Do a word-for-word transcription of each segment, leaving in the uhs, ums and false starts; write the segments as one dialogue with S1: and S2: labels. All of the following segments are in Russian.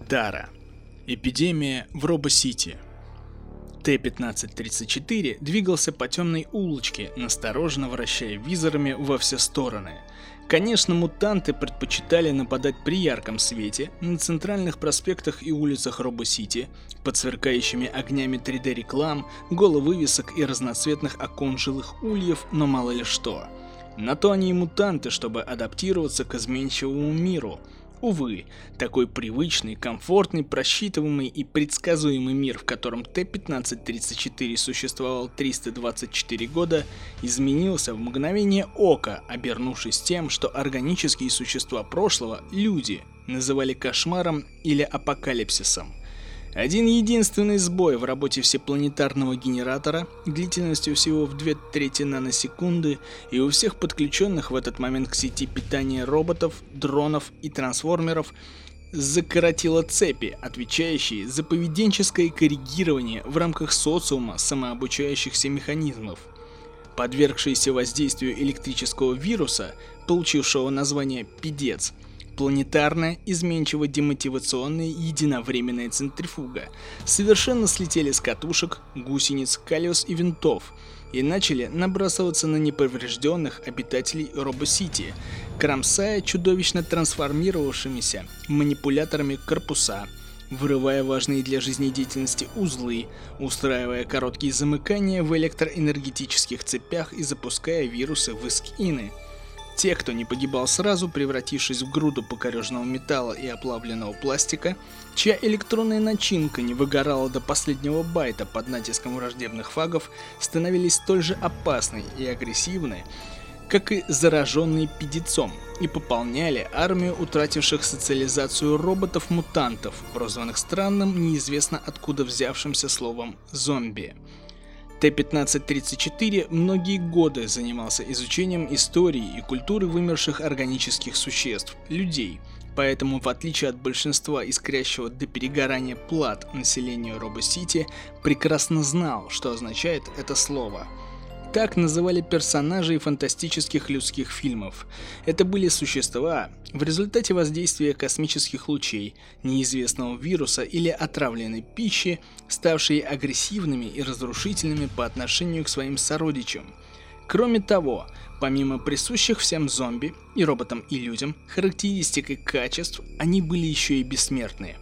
S1: Тара. Эпидемия в Робо-Сити. Т пятнадцать тридцать четыре двигался по темной улочке, настороженно вращая визорами во все стороны. Конечно, мутанты предпочитали нападать при ярком свете на центральных проспектах и улицах Робо-Сити, под сверкающими огнями три дэ реклам, головывесок и разноцветных окон жилых ульев, но мало ли что. На то они и мутанты, чтобы адаптироваться к изменчивому миру. Увы, такой привычный, комфортный, просчитываемый и предсказуемый мир, в котором Т пятнадцать тридцать четыре существовал триста двадцать четыре года, изменился в мгновение ока, обернувшись тем, что органические существа прошлого, люди, называли кошмаром или апокалипсисом. Один единственный сбой в работе всепланетарного генератора, длительностью всего в две трети наносекунды, и у всех подключенных в этот момент к сети питания роботов, дронов и трансформеров закоротило цепи, отвечающие за поведенческое коррегирование в рамках социума самообучающихся механизмов. Подвергшиеся воздействию электрического вируса, получившего название «Пидец», планетарная, изменчиво-демотивационная единовременная центрифуга совершенно слетели с катушек, гусениц, колес и винтов и начали набрасываться на неповрежденных обитателей Робо-Сити, кромсая чудовищно трансформировавшимися манипуляторами корпуса, вырывая важные для жизнедеятельности узлы, устраивая короткие замыкания в электроэнергетических цепях и запуская вирусы в искины. Те, кто не погибал сразу, превратившись в груду покореженного металла и оплавленного пластика, чья электронная начинка не выгорала до последнего байта под натиском враждебных фагов, становились столь же опасны и агрессивны, как и зараженные пидецом, и пополняли армию утративших социализацию роботов-мутантов, прозванных странным, неизвестно откуда взявшимся словом «зомби». Т пятнадцать тридцать четыре многие годы занимался изучением истории и культуры вымерших органических существ, людей, поэтому, в отличие от большинства искрящего до перегорания плат населения Робо-Сити, прекрасно знал, что означает это слово. Так называли персонажей фантастических людских фильмов. Это были существа, в результате воздействия космических лучей, неизвестного вируса или отравленной пищи, ставшие агрессивными и разрушительными по отношению к своим сородичам. Кроме того, помимо присущих всем зомби, и роботам, и людям, характеристик и качеств, они были еще и бессмертные.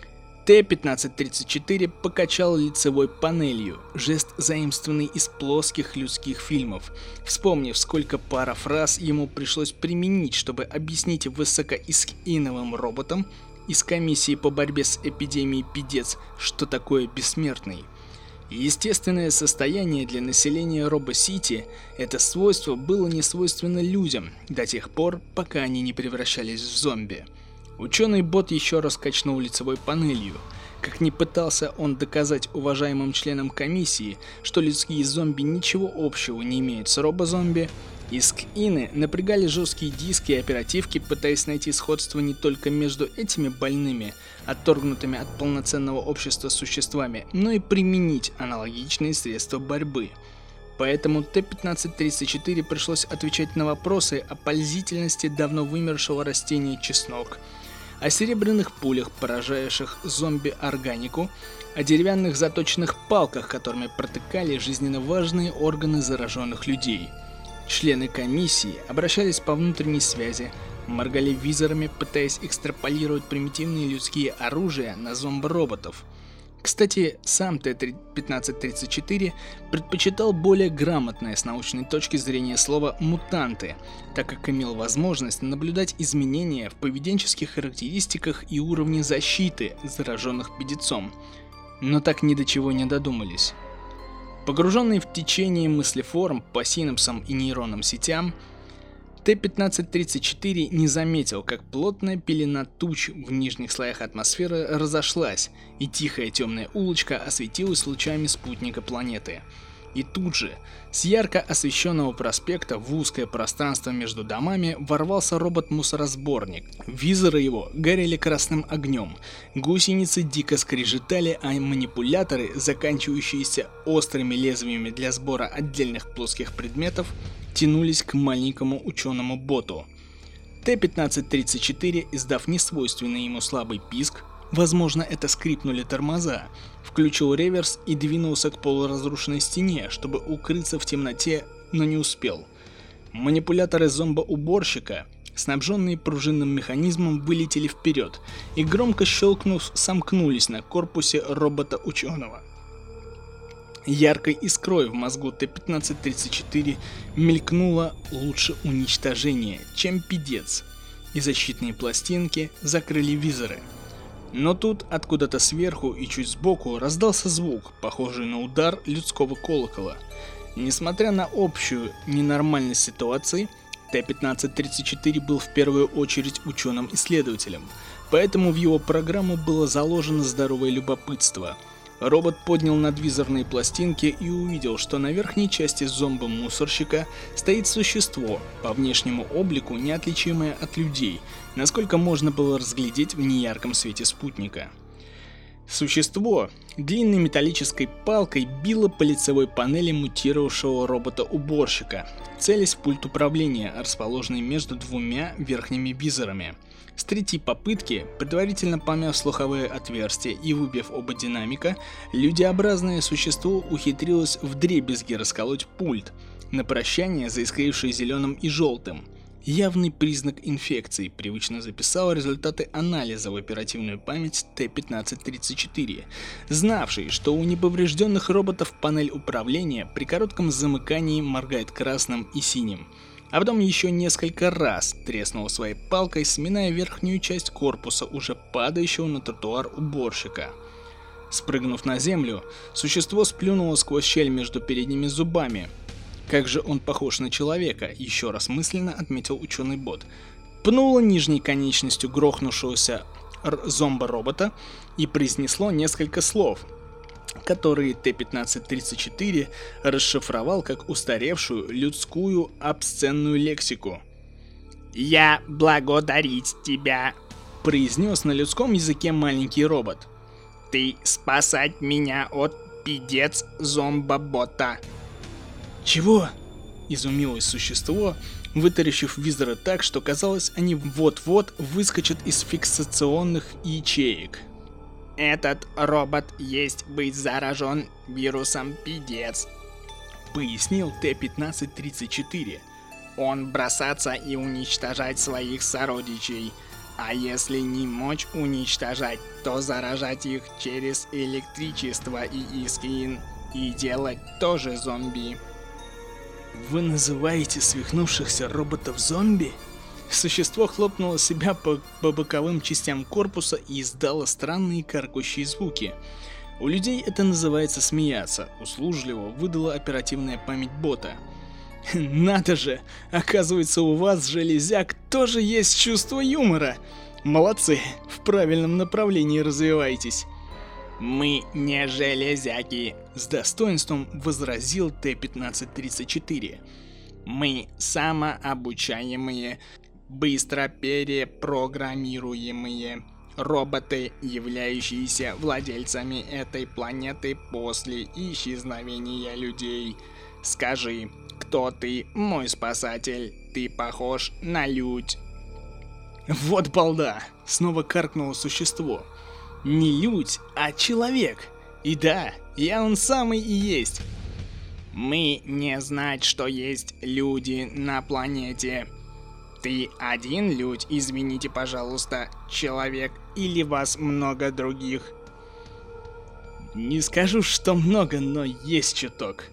S1: Т пятнадцать тридцать четыре покачал лицевой панелью, жест заимствованный из плоских людских фильмов, вспомнив, сколько парафраз ему пришлось применить, чтобы объяснить высокоискиновым роботам из комиссии по борьбе с эпидемией Пидец, что такое бессмертный. Естественное состояние для населения Робо-Сити, это свойство было не свойственно людям до тех пор, пока они не превращались в зомби. Ученый-бот еще раз качнул лицевой панелью. Как ни пытался он доказать уважаемым членам комиссии, что людские зомби ничего общего не имеют с робо-зомби, искины напрягали жесткие диски и оперативки, пытаясь найти сходство не только между этими больными, отторгнутыми от полноценного общества существами, но и применить аналогичные средства борьбы. Поэтому Т пятнадцать тридцать четыре пришлось отвечать на вопросы о пользительности давно вымершего растения чеснок, о серебряных пулях, поражающих зомби-органику, о деревянных заточенных палках, которыми протыкали жизненно важные органы зараженных людей. Члены комиссии обращались по внутренней связи, моргали визорами, пытаясь экстраполировать примитивные людские оружия на зомби-роботов. Кстати, сам Т пятнадцать тридцать четыре предпочитал более грамотное с научной точки зрения слово «мутанты», так как имел возможность наблюдать изменения в поведенческих характеристиках и уровне защиты зараженных пидецом, но так ни до чего не додумались. Погруженный в течение мыслеформ по синапсам и нейронным сетям, Т пятнадцать тридцать четыре не заметил, как плотная пелена туч в нижних слоях атмосферы разошлась, и тихая темная улочка осветилась лучами спутника планеты. И тут же, с ярко освещенного проспекта в узкое пространство между домами ворвался робот-мусоросборник. Визоры его горели красным огнем, гусеницы дико скрежетали, а манипуляторы, заканчивающиеся острыми лезвиями для сбора отдельных плоских предметов, тянулись к маленькому ученому боту. Т пятнадцать тридцать четыре, издав несвойственный ему слабый писк, Возможно, это скрипнули тормоза. Включил реверс и двинулся к полуразрушенной стене, чтобы укрыться в темноте, но не успел. Манипуляторы зомбоуборщика, снабженные пружинным механизмом, вылетели вперед и, громко щелкнув, сомкнулись на корпусе робота-ученого. Яркой искрой в мозгу Т пятнадцать тридцать четыре мелькнуло: лучше уничтожение, чем пидец, и защитные пластинки закрыли визоры. Но тут откуда-то сверху и чуть сбоку раздался звук, похожий на удар людского колокола. Несмотря на общую ненормальность ситуации, Т пятнадцать тридцать четыре был в первую очередь ученым-исследователем, поэтому в его программу было заложено здоровое любопытство. Робот поднял надвизорные пластинки и увидел, что на верхней части зомби-мусорщика стоит существо, по внешнему облику неотличимое от людей, насколько можно было разглядеть в неярком свете спутника. Существо длинной металлической палкой било по лицевой панели мутировавшего робота-уборщика, целясь в пульт управления, расположенный между двумя верхними визорами. С третьей попытки, предварительно помяв слуховые отверстия и выбив оба динамика, людеобразное существо ухитрилось вдребезги расколоть пульт, на прощание заискривший зеленым и желтым. Явный признак инфекции, привычно записал результаты анализа в оперативную память Т пятнадцать тридцать четыре, знавший, что у неповрежденных роботов панель управления при коротком замыкании моргает красным и синим, а потом еще несколько раз треснул своей палкой, сминая верхнюю часть корпуса уже падающего на тротуар уборщика. Спрыгнув на землю, существо сплюнуло сквозь щель между передними зубами. Как же он похож на человека, еще раз мысленно отметил ученый-бот. Пнуло нижней конечностью грохнувшегося зомбо-робота и произнесло несколько слов, которые Т пятнадцать тридцать четыре расшифровал как устаревшую людскую обсценную лексику. «Я благодарить тебя», — произнес на людском языке маленький робот. «Ты спасать меня от пидец зомбобота». «Чего?» — изумилось существо, вытаращив визоры так, что казалось, они вот-вот выскочат из фиксационных ячеек. «Этот робот есть быть заражен вирусом пидец», — пояснил Т пятнадцать тридцать четыре. «Он бросаться и уничтожать своих сородичей, а если не мочь уничтожать, то заражать их через электричество и искин, и делать тоже зомби». «Вы называете свихнувшихся роботов зомби?» Существо хлопнуло себя по, по боковым частям корпуса и издало странные каркающие звуки. У людей это называется смеяться, услужливо выдала оперативная память бота. «Надо же! Оказывается, у вас, железяк, тоже есть чувство юмора! Молодцы! В правильном направлении развиваетесь!» «Мы не железяки», — с достоинством возразил Т пятнадцать тридцать четыре. «Мы самообучаемые, быстро перепрограммируемые роботы, являющиеся владельцами этой планеты после исчезновения людей. Скажи, кто ты, мой спасатель? Ты похож на людь». «Вот балда!» — снова каркнуло существо. «Не людь, а человек. И да, я он самый и есть». «Мы не знать, что есть люди на планете. Ты один людь, извините, пожалуйста, человек, или вас много других?» «Не скажу, что много, но есть чуток».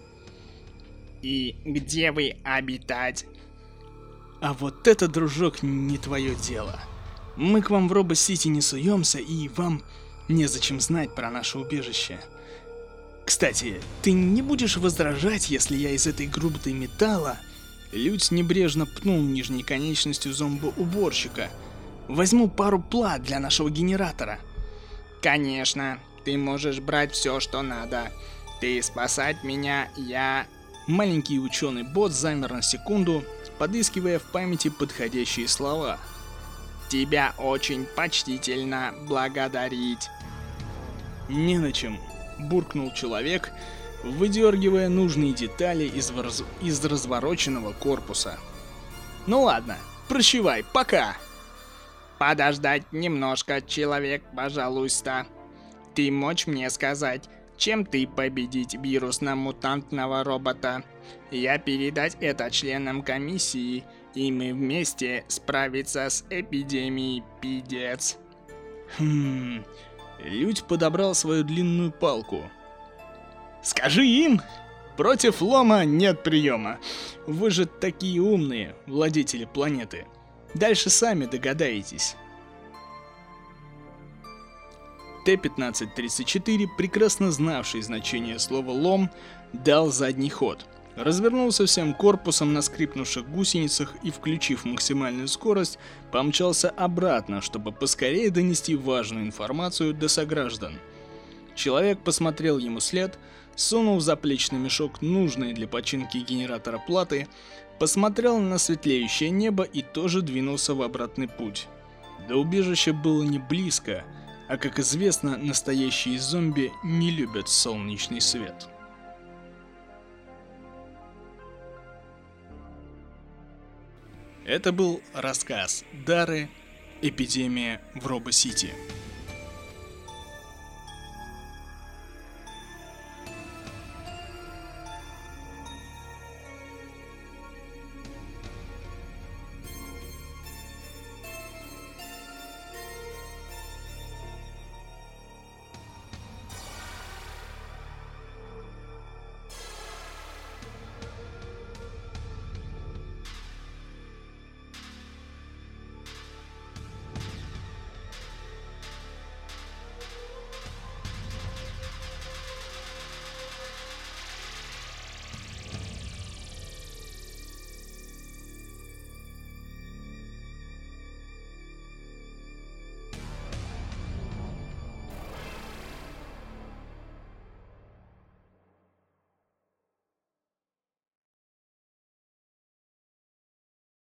S1: «И где вы обитать?» «А вот это, дружок, не твое дело. Мы к вам в Робо-Сити не суемся, и вам незачем знать про наше убежище. Кстати, ты не будешь возражать, если я из этой груды металла...» Людь небрежно пнул нижней конечностью зомбоуборщика. «Возьму пару плат для нашего генератора». «Конечно, ты можешь брать все, что надо. Ты спасать меня, я...» Маленький ученый-бот замер на секунду, подыскивая в памяти подходящие слова. «Тебя очень почтительно благодарить». «Не на чем», — буркнул человек, выдергивая нужные детали из, ворз... из развороченного корпуса. «Ну ладно, прощавай, пока!»
S2: Подождать немножко, человек, пожалуйста. Ты можешь мне сказать, чем ты победить вирусно-мутантного робота? Я передать это членам комиссии, и мы вместе справиться с эпидемией, пидец.
S1: Хм... Людь подобрал свою длинную палку. Скажи им, против лома нет приема. Вы же такие умные, владетели планеты. Дальше сами догадаетесь. Т пятнадцать тридцать четыре, прекрасно знавший значение слова «лом», дал задний ход. Развернулся всем корпусом на скрипнувших гусеницах и, включив максимальную скорость, помчался обратно, чтобы поскорее донести важную информацию до сограждан. Человек посмотрел ему след, сунул в заплечный мешок нужные для починки генератора платы, посмотрел на светлеющее небо и тоже двинулся в обратный путь. До убежища было не близко, а, как известно, настоящие зомби не любят солнечный свет. Это был рассказ Дары «Эпидемия в Робо-Сити».